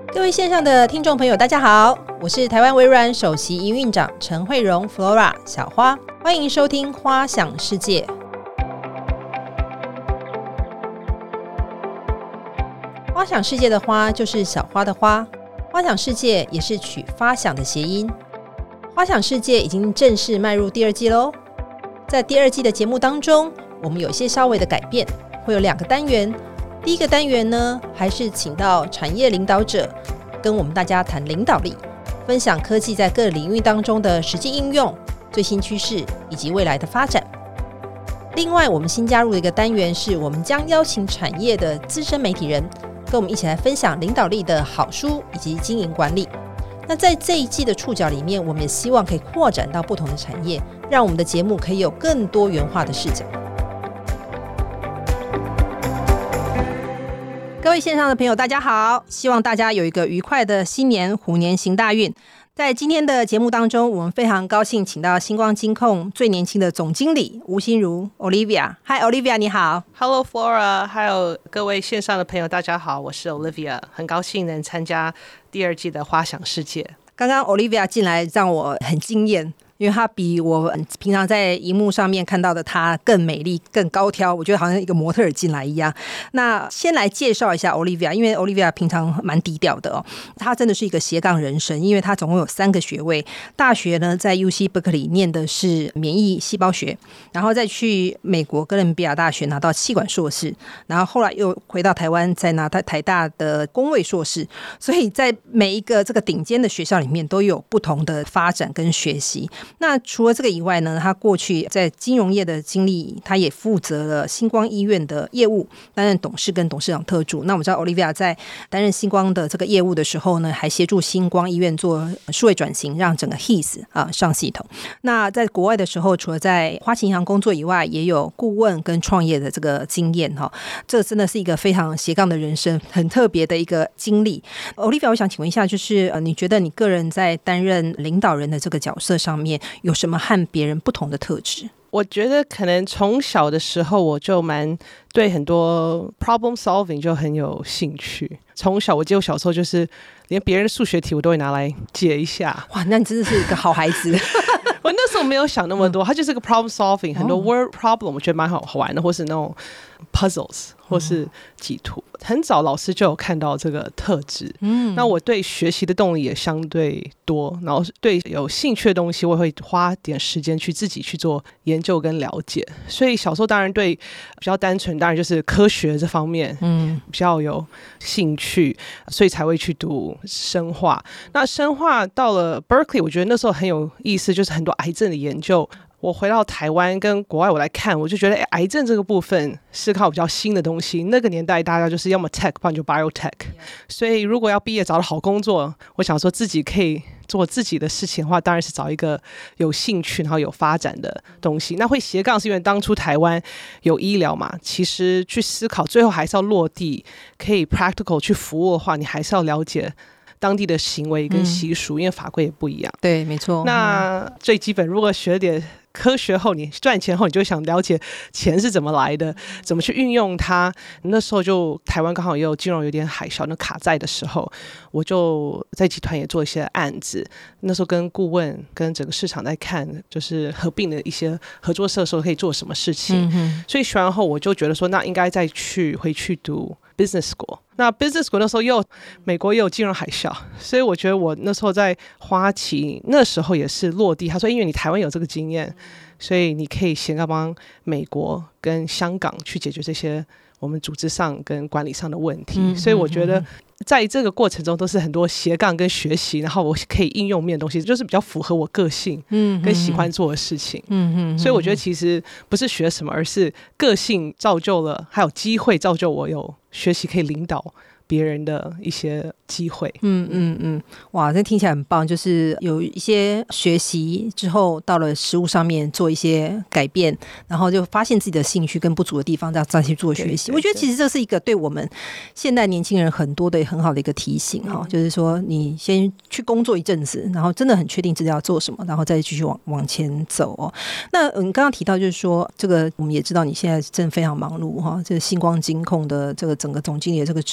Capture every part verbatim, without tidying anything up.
各位线上的听众朋友大家好，我是台湾微软首席营运长陈慧蓉 Flora 小花，欢迎收听花想世界。花想世界的花就是小花的花，花想世界也是取发想的谐音。花想世界已经正式迈入第二季咯，在第二季的节目当中，我们有一些稍微的改变，会有两个单元。第一个单元呢，还是请到产业领导者跟我们大家谈领导力，分享科技在各领域当中的实际应用、最新趋势以及未来的发展。另外，我们新加入的一个单元是，我们将邀请产业的资深媒体人跟我们一起来分享领导力的好书以及经营管理。那在这一季的触角里面，我们也希望可以扩展到不同的产业，让我们的节目可以有更多元化的视角。各位线上的朋友大家好，希望大家有一个愉快的新年，虎年行大运。在今天的节目当中，我们非常高兴请到星光金控最年轻的总经理吴心如 Olivia。 Hi Olivia， 你好。 Hello Flora， 还有各位线上的朋友大家好，我是 Olivia， 很高兴能参加第二季的花想世界。 刚刚 Olivia 进来让我很惊艳，因为她比我平常在荧幕上面看到的她更美丽更高挑，我觉得好像一个模特儿进来一样。那先来介绍一下 Olivia， 因为 Olivia 平常蛮低调的哦，她真的是一个斜杠人生，因为她总共有三个学位。大学呢在 U C Berkeley 念的是免疫细胞学，然后再去美国哥伦比亚大学拿到气管硕士，然后后来又回到台湾再拿到台大的公卫硕士，所以在每一个这个顶尖的学校里面都有不同的发展跟学习。那除了这个以外呢，他过去在金融业的经历，他也负责了星光医院的业务，担任董事跟董事长特助。那我们知道 Olivia 在担任星光的这个业务的时候呢，还协助星光医院做数位转型，让整个 H I S、啊、上系统。那在国外的时候，除了在花旗银行工作以外，也有顾问跟创业的这个经验。这真的是一个非常斜杠的人生，很特别的一个经历。 Olivia， 我想请问一下，就是你觉得你个人在担任领导人的这个角色上面有什么和别人不同的特质？ 我觉得可能从小的时候我就蛮对很多 problem solving 就很有兴趣。从小我记得我小时候就是连别人的数学题我都会拿来解一下。 哇，那你真的是一个好孩子。 我那时候没有想那么多，它就是个 problem solving， 很多 word problem 我觉得蛮好玩的，或是那种 puzzles 或是几图。很早老师就有看到这个特质，嗯，那我对学习的动力也相对多，然后对有兴趣的东西我也会花点时间去自己去做研究跟了解。所以小时候当然对比较单纯，当然就是科学这方面嗯比较有兴趣，所以才会去读生化。那生化到了 Berkeley， 我觉得那时候很有意思，就是很多癌症的研究。我回到台湾跟国外我来看，我就觉得癌症这个部分是靠比较新的东西。那个年代大家就是要么 tech 不然就 biotech， 所以如果要毕业找到好工作，我想说自己可以做自己的事情的话，当然是找一个有兴趣然后有发展的东西。那会斜杠是因为当初台湾有医疗嘛，其实去思考最后还是要落地，可以 practical 去服务的话，你还是要了解当地的行为跟习俗、嗯、因为法规也不一样。 对，没错。 那最基本如果学点科学后，你赚钱后你就想了解钱是怎么来的，怎么去运用它。那时候就台湾刚好也有金融有点海啸，那卡债的时候，我就在集团也做一些案子。那时候跟顾问跟整个市场在看，就是合并的一些合作社的时候可以做什么事情、嗯、所以学完后我就觉得说那应该再去回去读 business school。 那 business school 那时候又美国也有金融海啸，所以我觉得我那时候在花旗那时候也是落地。他说因为你台湾有这个经验，所以你可以先要帮美国跟香港去解决这些我们组织上跟管理上的问题、嗯、所以我觉得在这个过程中都是很多斜杠跟学习，然后我可以应用面的东西，就是比较符合我个性跟喜欢做的事情、嗯、所以我觉得其实不是学什么，而是个性造就了，还有机会造就我有学习可以领导别人的一些机会。 嗯嗯嗯，哇，这听起来很棒，就是有一些学习之后到了实务上面做一些改变，然后就发现自己的兴趣跟不足的地方，再再去做学习。我觉得其实这是一个对我们现代年轻人很多的很好的一个提醒、嗯、就是说你先去工作一阵子，然后真的很确定自己要做什么，然后再继续往往前走哦。那你刚刚提到就是说这个我们也知道你现在真的非常忙碌哈，这个星光金控的这个整个总经理的这个职务里面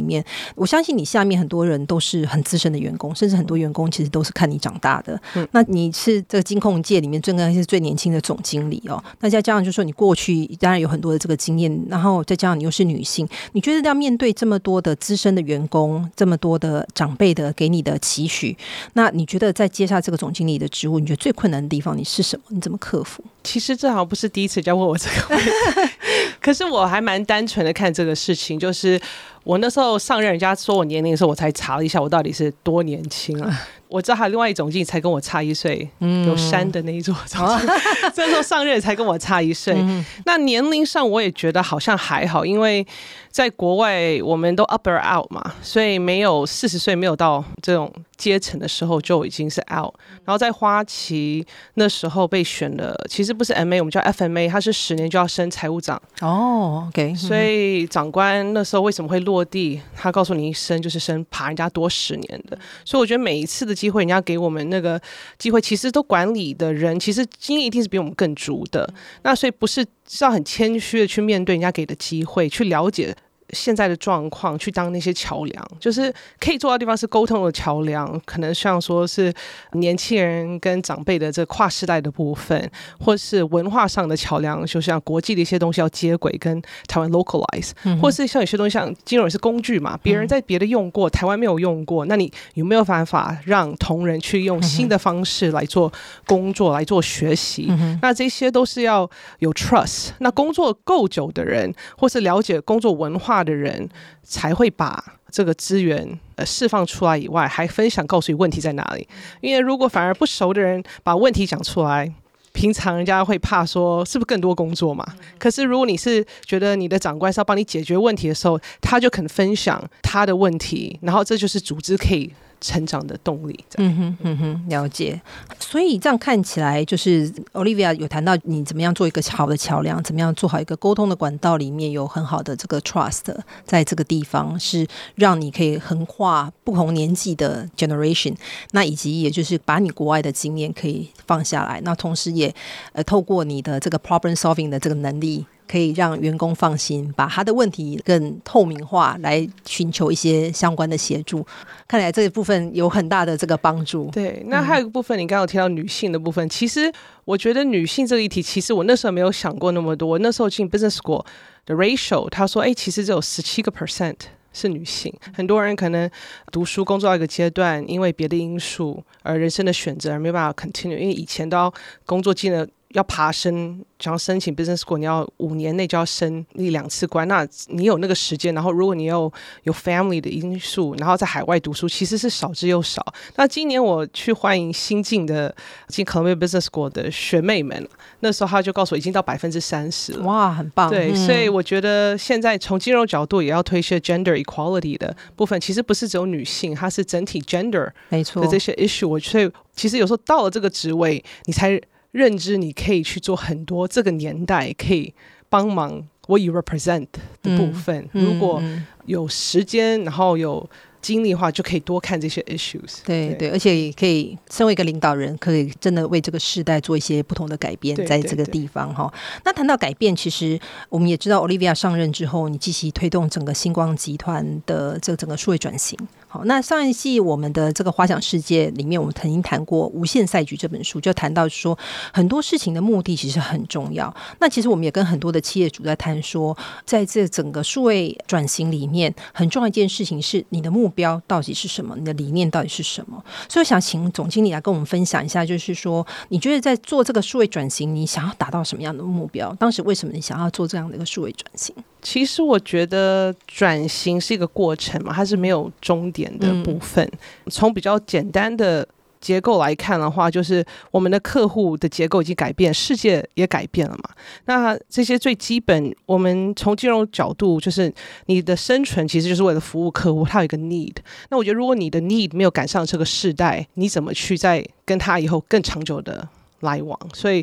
面，我相信你下面很多人都是很资深的员工，甚至很多员工其实都是看你长大的、嗯、那你是这个金控界里面最是最年轻的总经理哦，那再加上就是说你过去当然有很多的这个经验，然后再加上你又是女性，你觉得要面对这么多的资深的员工，这么多的长辈的给你的期许，那你觉得在接下这个总经理的职务，你觉得最困难的地方你是什么？你怎么克服？ 其实这好像不是第一次人家问我这个问题可是我还蛮单纯的看这个事情，就是我那时候上任人家说我年龄的时候，我才查了一下我到底是多年轻啊。我知道还有另外一总经理才跟我差一岁、嗯、有山的那一座总经理、哦、这时候上任才跟我差一岁、嗯、那年龄上我也觉得好像还好，因为在国外我们都 up or out 嘛，所以没有四十岁没有到这种阶层的时候就已经是 out。 然后在花旗那时候被选了，其实不是 M A， 我们叫 F M A， 他是十年就要升财务长哦、OK， 所以长官那时候为什么会落地，他告诉你一升就是升爬人家多十年的，所以我觉得每一次的机会人家给我们那个机会，其实都管理的人其实经验一定是比我们更足的，那所以不是是要很谦虚的去面对人家给的机会，去了解现在的状况，去当那些桥梁，就是可以做到的地方是沟通的桥梁，可能像说是年轻人跟长辈的这跨世代的部分，或是文化上的桥梁，就像国际的一些东西要接轨跟台湾 localize、嗯、或是像有些东西像金融也是工具嘛，别人在别的用过、嗯、台湾没有用过，那你有没有办法让同仁去用新的方式来做工作、嗯、来做学习、嗯、那这些都是要有 trust， 那工作够久的人或是了解工作文化的人才会把这个资源呃释放出来，以外还分享告诉你问题在哪里。因为如果反而不熟的人把问题讲出来，平常人家会怕说是不是更多工作嘛，可是如果你是觉得你的长官是要帮你解决问题的时候，他就肯分享他的问题，然后这就是组织可以成长的动力。 嗯哼嗯哼，了解。所以这样看起来，就是 Olivia 有谈到你怎么样做一个好的桥梁，怎么样做好一个沟通的管道，里面有很好的这个 trust， 在这个地方是让你可以横跨不同年纪的 generation， 那以及也就是把你国外的经验可以放下来，那同时也、呃、透过你的这个 problem solving 的这个能力，可以让员工放心，把他的问题更透明化，来寻求一些相关的协助。看来这一部分有很大的这个帮助。 对，那还有一个部分、嗯、你刚刚有提到女性的部分，其实我觉得女性这个议题，其实我那时候没有想过那么多。我那时候进 business school 的 ratio， 他说哎，其实只有 百分之十七 是女性。很多人可能读书工作到一个阶段，因为别的因素而人生的选择而没有办法 continue， 因为以前都要工作进了要爬升，想要申请 business school， 你要五年内就要升一两次关，那你有那个时间，然后如果你有有 family 的因素，然后在海外读书，其实是少之又少。那今年我去欢迎新进的进 Columbia Business School 的学妹们，那时候他就告诉我已经到百分之三十了。 哇，很棒！ 对、嗯，所以我觉得现在从金融角度也要推卸 gender equality 的部分，其实不是只有女性，它是整体 gender 没错的这些 issue。我所以其实有时候到了这个职位，你才认知你可以去做很多这个年代可以帮忙 what you represent 的部分、嗯、如果有时间然后有精力的话，就可以多看这些 issues。 对 对, 对，而且也可以身为一个领导人，可以真的为这个世代做一些不同的改变，在这个地方。对对对，那谈到改变，其实我们也知道 Olivia 上任之后，你积极推动整个星光集团的这个整个数位转型。好，那上一季我们的这个花想世界里面，我们曾经谈过《无限赛局》这本书，就谈到说很多事情的目的其实很重要。那其实我们也跟很多的企业主在谈说，在这整个数位转型里面，很重要一件事情是你的目标到底是什么，你的理念到底是什么。所以我想请总经理来跟我们分享一下，就是说你觉得在做这个数位转型，你想要达到什么样的目标？当时为什么你想要做这样的一个数位转型？ 其实我觉得转型是一个过程嘛，它是没有终点的部分。从、嗯、比较简单的结构来看的话，就是我们的客户的结构已经改变，世界也改变了嘛。那这些最基本，我们从金融角度，就是你的生存其实就是为了服务客户，它有一个 need。那我觉得如果你的 need 没有赶上这个世代，你怎么去在跟他以后更长久的来往？所以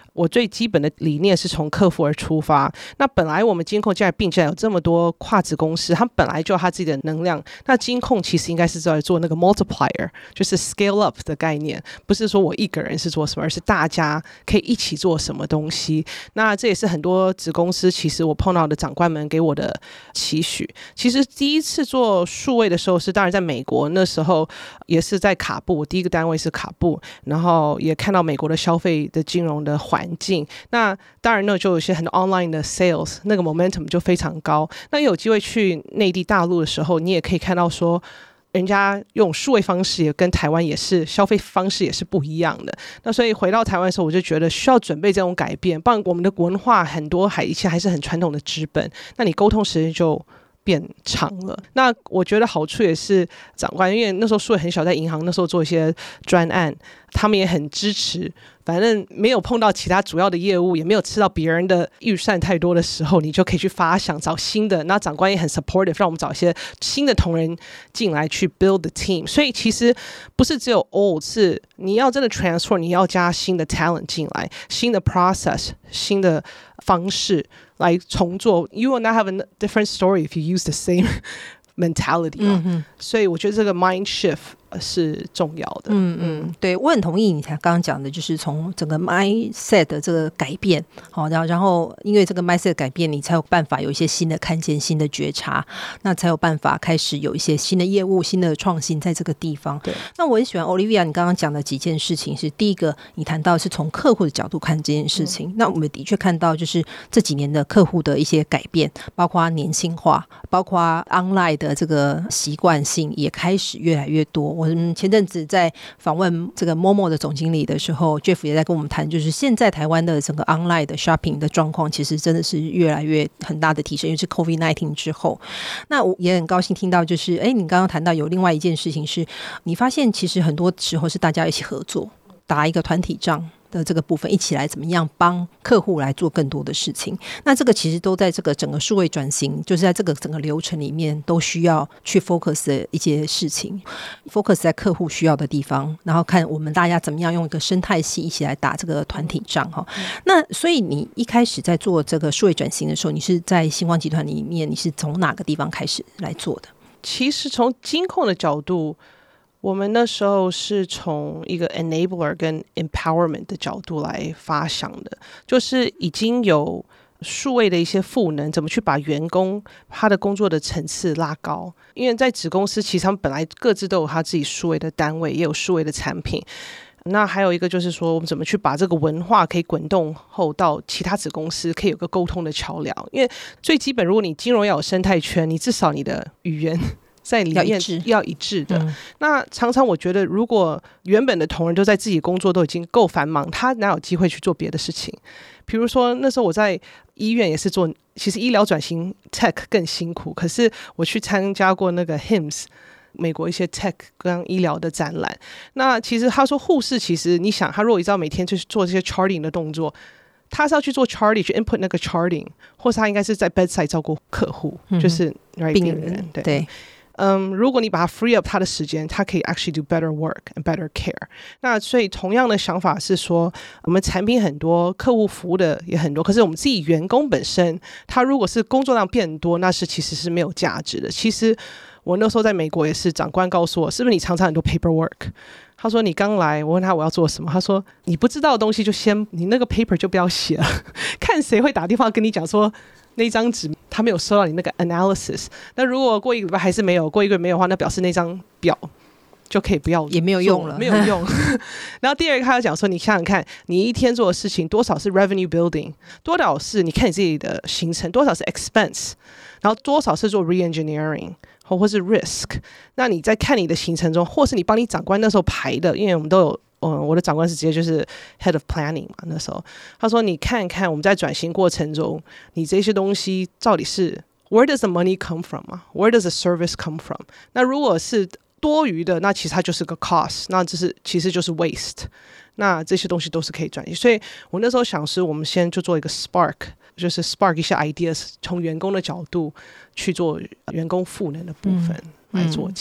我最基本的理念是从客户而出发。那本来我们金控进来并进来有这么多跨子公司，它本来就有它自己的能量。那金控其实应该是在做那个 multiplier， 就是 scale up 的概念，不是说我一个人是做什么，而是大家可以一起做什么东西。那这也是很多子公司其实我碰到的长官们给我的期许。其实第一次做数位的时候是当然在美国，那时候也是在卡布，第一个单位是卡布，然后也看到美国的消费的金融的环境。那当然呢就有一些很多 online 的 sales， 那个 momentum 就非常高。那有机会去内地大陆的时候，你也可以看到说人家用数位方式也跟台湾也是消费方式也是不一样的。那所以回到台湾的时候，我就觉得需要准备这种改变，不然我们的文化很多还以前还是很传统的资本，那你沟通时间就变长了。那我觉得好处也是长官，因为那时候数位很小，在银行那时候做一些专案，他们也很支持。反正没有碰到其他主要的业务，也没有吃到别人的预算太多的时候，你就可以去发想找新的。那长官也很 supportive， 让我们找一些新的同仁进来去 build the team。所以其实不是只有 old， 是你要真的 transfer， 你要加新的 talent 进来，新的 process， 新的方式来重做。You will not have a different story if you use the same mentality，嗯，所以我觉得这个 mind shift是重要的。 嗯嗯，对，我很同意你才刚刚讲的，就是从整个 mindset 的这个改变，好，然后然后因为这个 mindset 改变，你才有办法有一些新的看见、新的觉察，那才有办法开始有一些新的业务、新的创新在这个地方。 对， 那我很喜欢 Olivia 你刚刚讲的几件事情，是第一个，你谈到是从客户的角度看这件事情，嗯，那我们的确看到就是这几年的客户的一些改变，包括年轻化，包括 online 的这个习惯性也开始越来越多。我们前阵子在访问这个 Momo 的总经理的时候 Jeff 也在跟我们谈，就是现在台湾的整个 online 的 shopping 的状况其实真的是越来越很大的提升，因为是 COVID 十九 之后。那我也很高兴听到就是哎，你刚刚谈到有另外一件事情是你发现其实很多时候是大家一起合作打一个团体仗的这个部分，一起来怎么样帮客户来做更多的事情。那这个其实都在这个整个数位转型，就是在这个整个流程里面都需要去 focus 的一些事情， focus 在客户需要的地方，然后看我们大家怎么样用一个生态系一起来打这个团体仗。嗯，那所以你一开始在做这个数位转型的时候，你是在星光集团里面，你是从哪个地方开始来做的？ 其实从金控的角度，我们那时候是从一个 enabler 跟 empowerment 的角度来发想的，就是已经有数位的一些赋能，怎么去把员工他的工作的层次拉高。因为在子公司其实他们本来各自都有他自己数位的单位，也有数位的产品。那还有一个就是说，我们怎么去把这个文化可以滚动后到其他子公司，可以有个沟通的桥梁。因为最基本，如果你金融要有生态圈，你至少你的语言在里面要一致, 要一致的。嗯，那常常我觉得如果原本的同仁都在自己工作都已经够繁忙，他哪有机会去做别的事情。比如说那时候我在医院也是做，其实医疗转型 tech 更辛苦，可是我去参加过那个 H I M S 美国一些 tech 跟医疗的展览。那其实他说护士其实你想他如果一直要每天就是做这些 charting 的动作，他是要去做 charting 去 input 那个 charting， 或是他应该是在 bedside 照顾客户，嗯，就是、right, 病人。对对，嗯，如果你把它 free up 他的时间，他可以 actually do better work and better care。 那所以同样的想法是说，我们产品很多，客户服务的也很多，可是我们自己员工本身他如果是工作量变多，那是其实是没有价值的。其实我那时候在美国也是，长官告诉我，是不是你常常很多 paperwork？ 他说你刚来，我问他我要做什么，他说你不知道的东西就先你那个 paper 就不要写了，看谁会打电话跟你讲说那张纸他没有收到你那个 analysis。 那如果过一个礼拜还是没有，过一个月没有的话，那表示那张表就可以不要， 也没有用了， 没有用。然后第二个他要讲说，你想想看，你一天做的事情多少是 revenue building， 多少是你看你自己的行程，多少是 expense， 然后多少是做 re-engineering 或是 risk。 那你在看你的行程中，或是你帮你长官那时候排的，因为我们都有嗯，我的长官是直接就是 head of planning 嘛，那时候他说你看看我们在转型过程中，你这些东西到底是 where does the money come from 啊 where does the service come from。 那如果是多余的，那其实它就是个 cost， 那这是其实就是 waste。 那这些东西都是可以转型。所以我那时候想是我们先就做一个 spark， 就是 spark 一些 ideas， 从员工的角度去做员工赋能的部分，嗯来做起。 我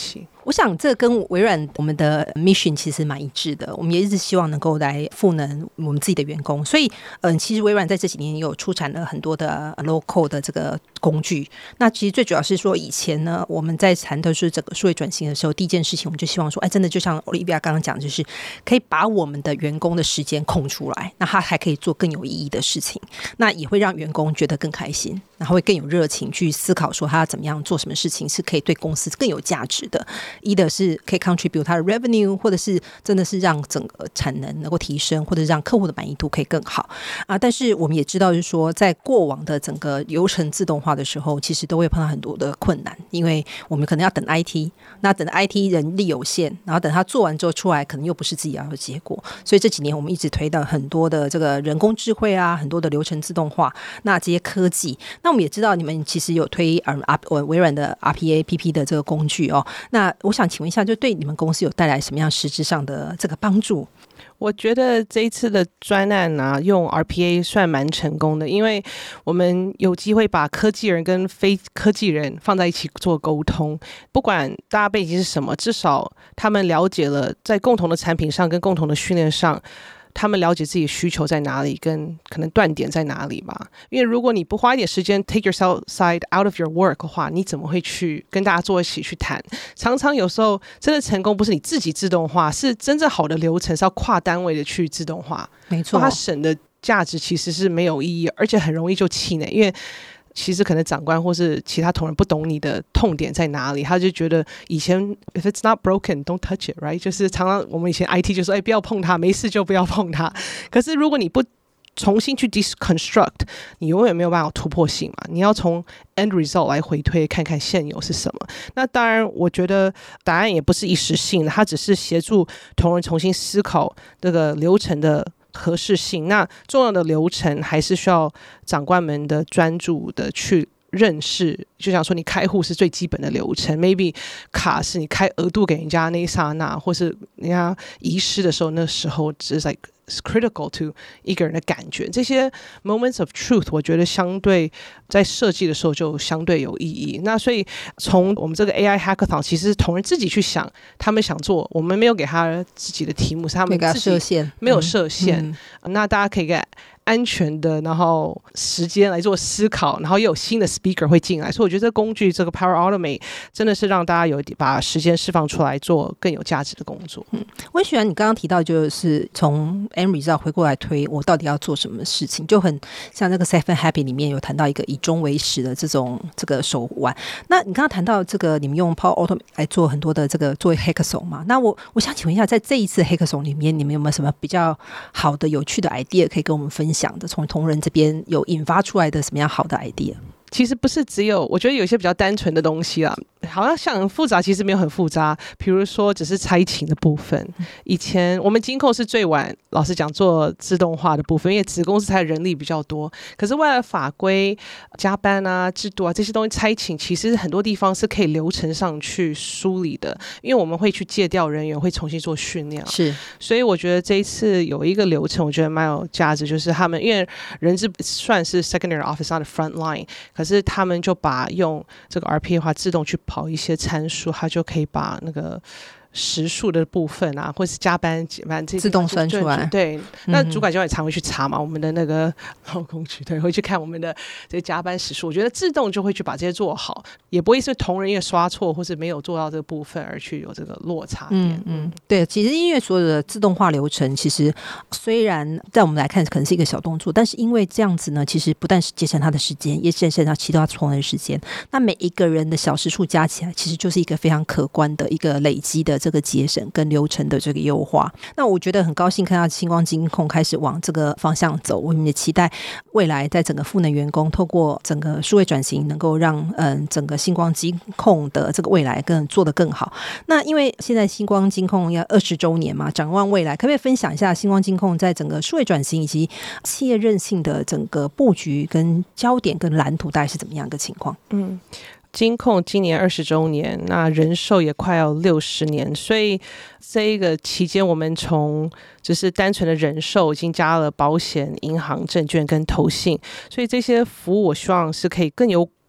我想这跟微软我们的 mission 其实蛮一致的，我们也一直希望能够来赋能我们自己的员工，所以嗯，其实微软在这几年也有出产了很多的 low code 的这个工具。那其实最主要是说，以前呢我们在谈的是整个数位转型的时候，第一件事情我们就希望说，哎，真的就像 Olivia 刚刚讲，就是可以把我们的员工的时间空出来，那他还可以做更有意义的事情，那也会让员工觉得更开心，然后会更有热情去思考说他要怎么样做什么事情是可以对公司更有价值的，一的是可以 contribute 他的 revenue， 或者是真的是让整个产能能够提升，或者是让客户的满意度可以更好啊。但是我们也知道就是说，在过往的整个流程自动化的时候，其实都会碰到很多的困难，因为我们可能要等 I T， 那等 I T 人力有限，然后等他做完之后出来可能又不是自己要的结果，所以这几年我们一直推到很多的这个人工智慧啊，很多的流程自动化，那这些科技，那我们也知道你们其实有推、嗯、微软的 R P A P P 的这个工具哦，那我想请问一下，就对你们公司有带来什么样实质上的这个帮助？ 我觉得这一次的专案啊，用 R P A 算蛮成功的，因为我们有机会把科技人跟非科技人放在一起做沟通，不管大家背景是什么，至少他们了解了在共同的产品上跟共同的训练上，他们了解自己的需求在哪里，跟可能断点在哪里吧。因为如果你不花一点时间 take yourself side out of your work 的话，你怎么会去跟大家坐一起去谈？常常有时候真的成功不是你自己自动化，是真正好的流程是要跨单位的去自动化。 没错， 它省的价值其实是没有意义，而且很容易就气馁，因为其实可能长官或是其他同仁不懂你的痛点在哪里，他就觉得以前 if it's not broken don't touch it right， 就是常常我们以前 I T 就说哎不要碰它，没事就不要碰它，可是如果你不重新去 deconstruct， 你永远没有办法突破性嘛，你要从 end result 来回推看看现有是什么。那当然我觉得答案也不是一时性的，它只是协助同仁重新思考这个流程的合适性，那重要的流程还是需要长官们的专注的去认识。就像说你开户是最基本的流程， maybe 卡是你开额度给人家那一刹那，或是人家遗失的时候，那时候只是 like critical to 一个人的感觉，这些 moments of truth 我觉得相对在设计的时候就相对有意义。那所以从我们这个 A I hackathon 其实同仁自己去想他们想做，我们没有给他自己的题目，是他们自己没有设限、嗯嗯、那大家可以给安全的然后时间来做思考，然后又有新的 speaker 会进来，所以我觉得这个工具这个 Power Automate 真的是让大家有把时间释放出来做更有价值的工作。 嗯，我喜欢你刚刚提到就是从 end result 回过来推我到底要做什么事情，就很像那个 Seven Happy 里面有谈到一个以终为始的这种这个手腕。那你刚刚谈到这个你们用 Power Automate 来做很多的这个作为 hackathon 嘛，那我我想请问一下，在这一次 hackathon 里面你们有没有什么比较好的有趣的 idea 可以跟我们分享的，从同仁这边有引发出来的什么样好的 idea？ 其实不是只有，我觉得有一些比较单纯的东西啦，好像像很复杂，其实没有很复杂。比如说只是差勤的部分，以前我们金控是最晚，老实讲做自动化的部分，因为子公司才人力比较多。可是为了法规、加班啊、制度啊这些东西，差勤其实很多地方是可以流程上去梳理的，因为我们会去借调人员，会重新做训练。 是， 所以我觉得这一次有一个流程，我觉得蛮有价值，就是他们因为人资算是 secondary office not the front line。可是他们就把用这个 R P A 的话自动去跑一些参数，他就可以把那个时数的部分啊，或是加班反正自动算出来。 对、嗯，那主管就也常会去查嘛，我们的那个劳工局对会去看我们的这个加班时数。我觉得自动就会去把这些做好，也不会是同仁因为刷错或是没有做到这个部分而去有这个落差点。 嗯嗯，对，其实因为所有的自动化流程，其实虽然在我们来看可能是一个小动作，但是因为这样子呢，其实不但是节省他的时间，也节省他其他同仁的时间。那每一个人的小时数加起来，其实就是一个非常可观的一个累积的这个节省跟流程的这个优化。那我觉得很高兴看到星光金控开始往这个方向走，我们也期待未来在整个赋能员工透过整个数位转型能够让嗯整个星光金控的这个未来更做得更好。那因为现在星光金控要二十周年嘛，展望未来可不可以分享一下星光金控在整个数位转型以及企业韧性的整个布局跟焦点跟蓝图大概是怎么样一个情况？ 嗯，金控今年二十周年，那人寿也快要六十年，所以这一个期间，我们从就是单纯的人寿，已经加了保险、银行、证券跟投信，所以这些服务我希望是可以更有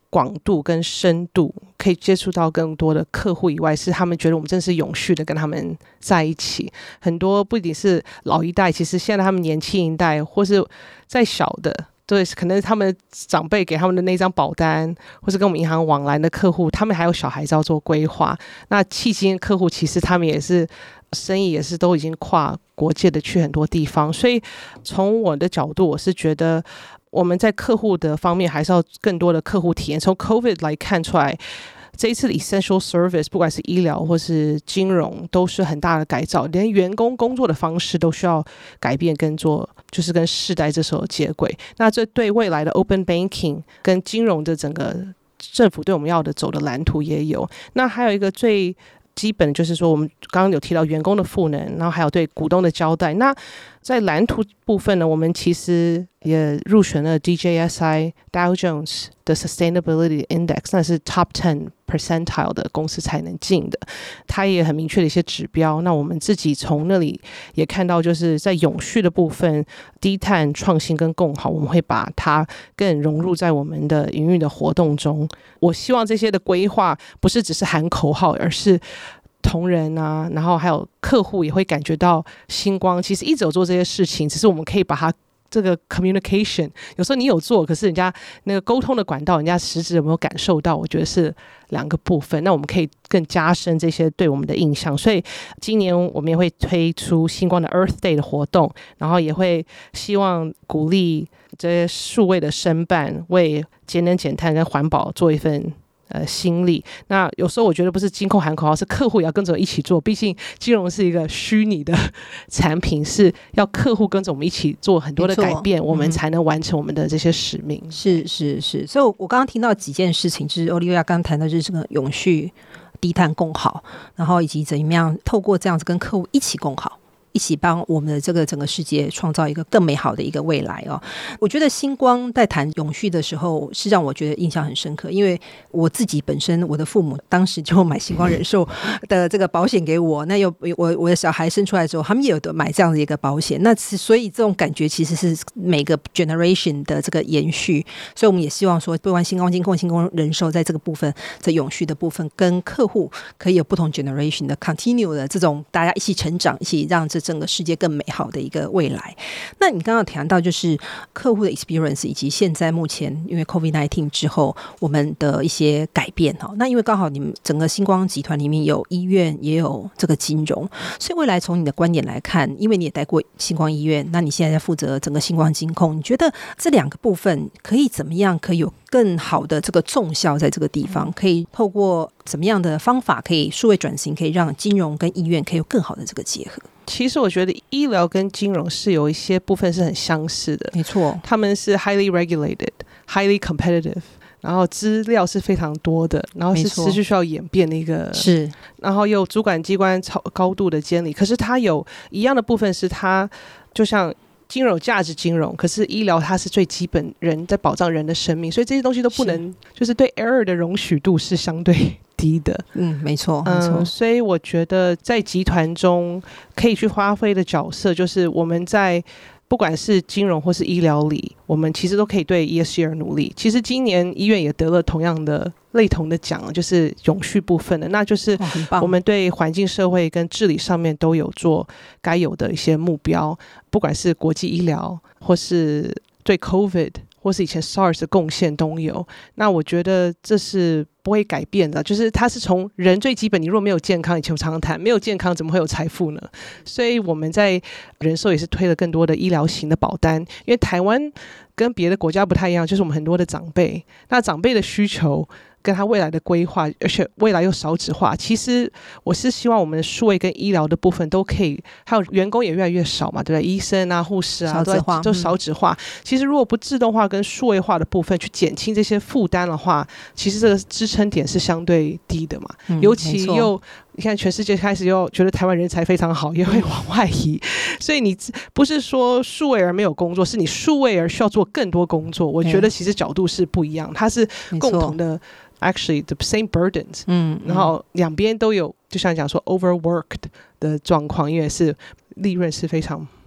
广度跟深度，可以接触到更多的客户以外，是他们觉得我们真的是永续的跟他们在一起。很多不仅是老一代，其实现在他们年轻一代或是再小的，对，可能他们长辈给他们的那张保单，或是跟我们银行往来的客户，他们还有小孩子要做规划。那迄今的客户其实他们也是生意也是都已经跨国界的去很多地方，所以从我的角度，我是觉得我们在客户的方面还是要更多的客户体验。从 COVID 来看出来，这一次的 essential service 不管是医疗或是金融都是很大的改造，连员工工作的方式都需要改变跟做，就是跟世代这时候接轨。那这对未来的 open banking 跟金融的整个政府对我们要的走的蓝图也有。那还有一个最基本就是说，我们刚刚有提到员工的赋能，然后还有对股东的交代。那在蓝图部分呢，我们其实也入选了 D J S I Dow Jones 的 Sustainability Index， 那是 Top 十 percentile 的公司才能进的，它也很明确的一些指标。那我们自己从那里也看到，就是在永续的部分，低碳、创新跟共好，我们会把它更融入在我们的营运的活动中。我希望这些的规划不是只是喊口号，而是同仁啊，然后还有客户也会感觉到星光其实一直有做这些事情，只是我们可以把它这个 communication， 有时候你有做，可是人家那个沟通的管道，人家实质有没有感受到，我觉得是两个部分。那我们可以更加深这些对我们的印象，所以今年我们也会推出星光的 Earth Day 的活动，然后也会希望鼓励这些数位的申办，为节能减碳跟环保做一份呃，心力。那有时候我觉得不是金控喊口号，是客户也要跟着一起做。毕竟金融是一个虚拟的产品，是要客户跟着我们一起做很多的改变，我们才能完成我们的这些使命。 嗯、是是是，所以我刚刚听到几件事情，就是欧利维亚刚刚谈的就是这个永续、低碳共好，然后以及怎么样透过这样子跟客户一起共好，一起帮我们的这个整个世界创造一个更美好的一个未来哦。我觉得星光在谈永续的时候是让我觉得印象很深刻，因为我自己本身我的父母当时就买星光人寿的这个保险给我，那有我我的小孩生出来之后他们也有买这样的一个保险，那所以这种感觉其实是每个 generation 的这个延续，所以我们也希望说不管星光金控、星光人寿在这个部分在永续的部分跟客户可以有不同 generation 的 continue 的这种大家一起成长，一起让这整个世界更美好的一个未来。那你刚刚谈到就是客户的 experience 以及现在目前因为 COVID 十九 之后我们的一些改变，那因为刚好你们整个星光集团里面有医院也有这个金融，所以未来从你的观点来看，因为你也待过星光医院，那你现在在负责整个星光金控，你觉得这两个部分可以怎么样可以有更好的这个纵效在这个地方，可以透过怎么样的方法可以数位转型，可以让金融跟医院可以有更好的这个结合？ 其实我觉得医疗跟金融是有一些部分是很相似的， 没错， 他们是 highly regulated highly competitive， 然后资料是非常多的，然后是持续需要演变的一个， 是， 然后有主管机关超高度的监理，可是它有一样的部分是它就像金融有价值金融，可是医疗它是最基本人在保障人的生命，所以这些东西都不能，就是对 error 的容许度是相对低的。 嗯，没错，没错、 嗯。所以我觉得在集团中可以去发挥的角色，就是我们在不管是金融或是医疗里，我们其实都可以对 E S G 而努力。其实今年医院也得了同样的类同的奖，就是永续部分的，那就是我们对环境、社会跟治理上面都有做该有的一些目标，不管是国际医疗或是对 COVID 或是以前 SARS 的贡献都有。那我觉得这是不会改变的，就是它是从人最基本，你如果没有健康，以前我常常谈，没有健康怎么会有财富呢？所以我们在人寿也是推了更多的医疗型的保单，因为台湾跟别的国家不太一样，就是我们很多的长辈，那长辈的需求跟他未来的规划，而且未来又少子化，其实我是希望我们的数位跟医疗的部分都可以，还有员工也越来越少嘛，对不对？医生啊、护士啊，都都少子化、嗯。其实如果不自动化跟数位化的部分去减轻这些负担的话，其实这个支撑点是相对低的嘛。嗯、尤其又你看全世界开始又觉得台湾人才非常好，也会往外移，所以你不是说数位而没有工作，是你数位而需要做更多工作。我觉得其实角度是不一样，它是共同的。Actually, the same burdens， 嗯，然后两边都有，就像讲说 overworked 的状况，因为是利润是非常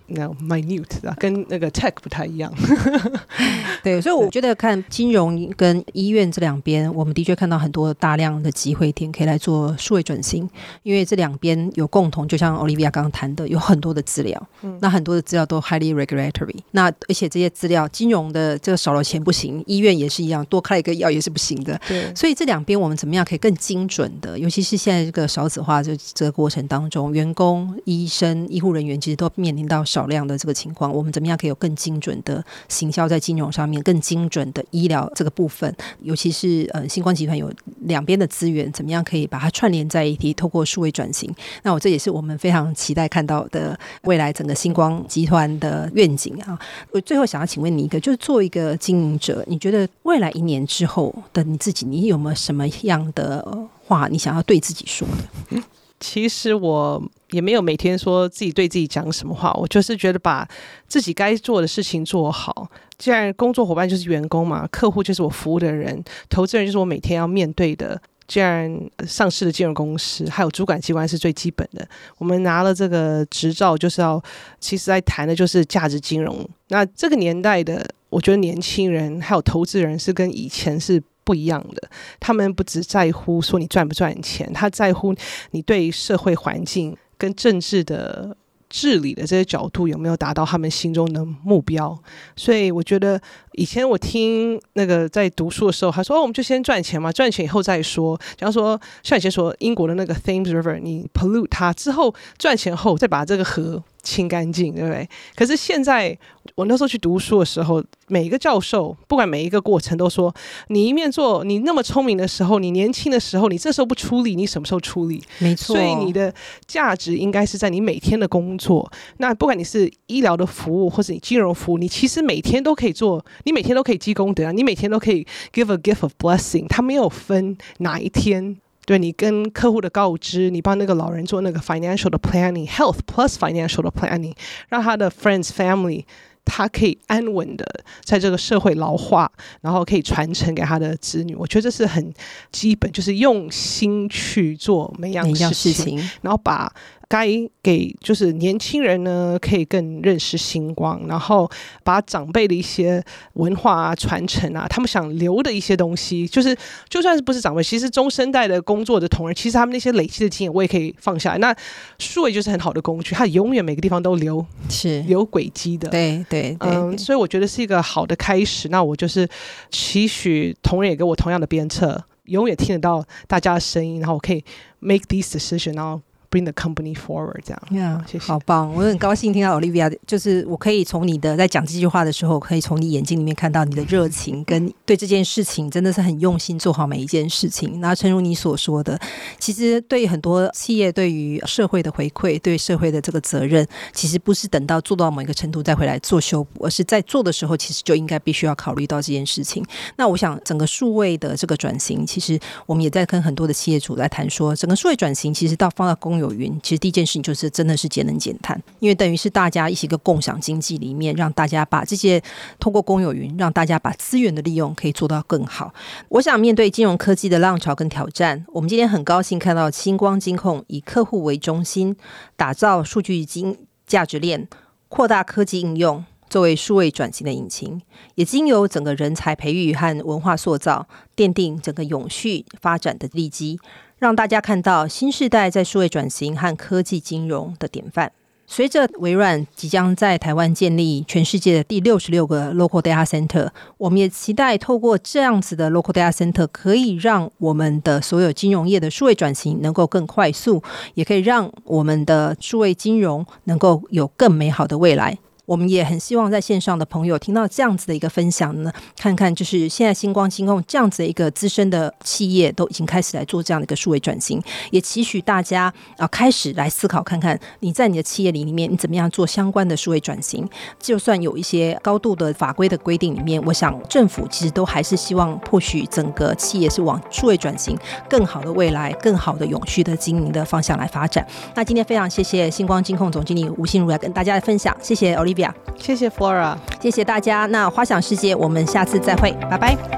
那 minute 啊，跟那个 tech 不太一样。 对，所以我觉得看金融跟医院这两边，我们的确看到很多大量的机会点可以来做数位转型，因为这两边有共同，就像 Olivia 刚刚谈的，有很多的资料、嗯、那很多的资料都 highly regulatory， 那而且这些资料金融的这个少了钱不行，医院也是一样，多开一个药也是不行的。 对， 所以这两边我们怎么样可以更精准的，尤其是现在这个少子化这这个过程当中，员工、医生、医护人员其实都面临到少量的这个情况，我们怎么样可以有更精准的行销在金融上面，更精准的医疗这个部分，尤其是呃星光集团有两边的资源，怎么样可以把它串联在一起，透过数位转型。那我这也是我们非常期待看到的未来整个星光集团的愿景啊。我最后想要请问你一个，就是做一个经营者，你觉得未来一年之后的你自己，你有没有什么样的话你想要对自己说的？ 其实我也没有每天说自己对自己讲什么话，我就是觉得把自己该做的事情做好。既然工作伙伴就是员工嘛，客户就是我服务的人，投资人就是我每天要面对的。既然上市的金融公司还有主管机关是最基本的，我们拿了这个执照就是要，其实在谈的就是价值金融。那这个年代的我觉得年轻人还有投资人是跟以前是不一样的，他们不只在乎说你赚不赚钱，他在乎你对社会环境跟政治的治理的这些角度有没有达到他们心中的目标。所以我觉得以前我听那个在读书的时候他说、哦、我们就先赚钱嘛，赚钱以后再说。假如说像以前说英国的那个 Thames River， 你 pollute 它之后，赚钱后再把这个河清干净，对不对？可是现在我那时候去读书的时候，每一个教授不管每一个过程都说，你一面做，你那么聪明的时候，你年轻的时候，你这时候不出力，你什么时候出力？ 没错， 所以你的价值应该是在你每天的工作。那不管你是医疗的服务或者你金融服务，你其实每天都可以做，你每天都可以积功德啊，你每天都可以 give a gift of blessing， 它没有分哪一天。对，你跟客户的告知，你帮那个老人做那个 financial 的 planning， health plus financial 的 planning， 让他的 friends family 他可以安稳的在这个社会老化，然后可以传承给他的子女。我觉得这是很基本，就是用心去做每样事 情, 事情然后把该给就是年轻人呢可以更认识星光，然后把长辈的一些文化啊传承啊，他们想留的一些东西，就是就算是不是长辈，其实中生代的工作的同仁，其实他们那些累积的经验我也可以放下来。那数位就是很好的工具，它永远每个地方都留是留轨迹的。 对对 对, 对、嗯， 所以我觉得是一个好的开始。那我就是期许同仁也给我同样的鞭策，永远听得到大家的声音，然后我可以 make these decisions， 然后bring the company forward， 这样。 yeah, 谢谢，好棒！我很高兴听到 Olivia， 就是我可以从你的在讲这句话的时候，可以从你眼睛里面看到你的热情，跟对这件事情真的是很用心做好每一件事情。那诚如你所说的，其实对很多企业对于社会的回馈，对社会的这个责任，其实不是等到做到某一个程度再回来做修补，而是在做的时候，其实就应该必须要考虑到这件事情。那我想整个数位的这个转型，其实我们也在跟很多的企业主来谈说，整个数位转型其实到放到公有云，其实第一件事情就是真的是节能减碳，因为等于是大家一起个共享经济里面，让大家把这些通过公有云，让大家把资源的利用可以做到更好。我想面对金融科技的浪潮跟挑战，我们今天很高兴看到星光金控以客户为中心，打造数据金价值链，扩大科技应用作为数位转型的引擎，也经由整个人才培育和文化塑造，奠定整个永续发展的利基，让大家看到新世代在数位转型和科技金融的典范。随着微软即将在台湾建立全世界的第六十六个 local data center， 我们也期待透过这样子的 local data center， 可以让我们的所有金融业的数位转型能够更快速，也可以让我们的数位金融能够有更美好的未来。我们也很希望在线上的朋友听到这样子的一个分享呢，看看就是现在星光金控这样子的一个资深的企业都已经开始来做这样的一个数位转型，也期许大家、呃、开始来思考看看你在你的企业里面你怎么样做相关的数位转型。就算有一些高度的法规的规定里面，我想政府其实都还是希望或许整个企业是往数位转型更好的未来更好的永续的经营的方向来发展。那今天非常谢谢星光金控总经理吴信如来跟大家的分享，谢谢 Olivia， 谢谢 Flora， 谢谢大家。那花想世界我们下次再会，拜拜。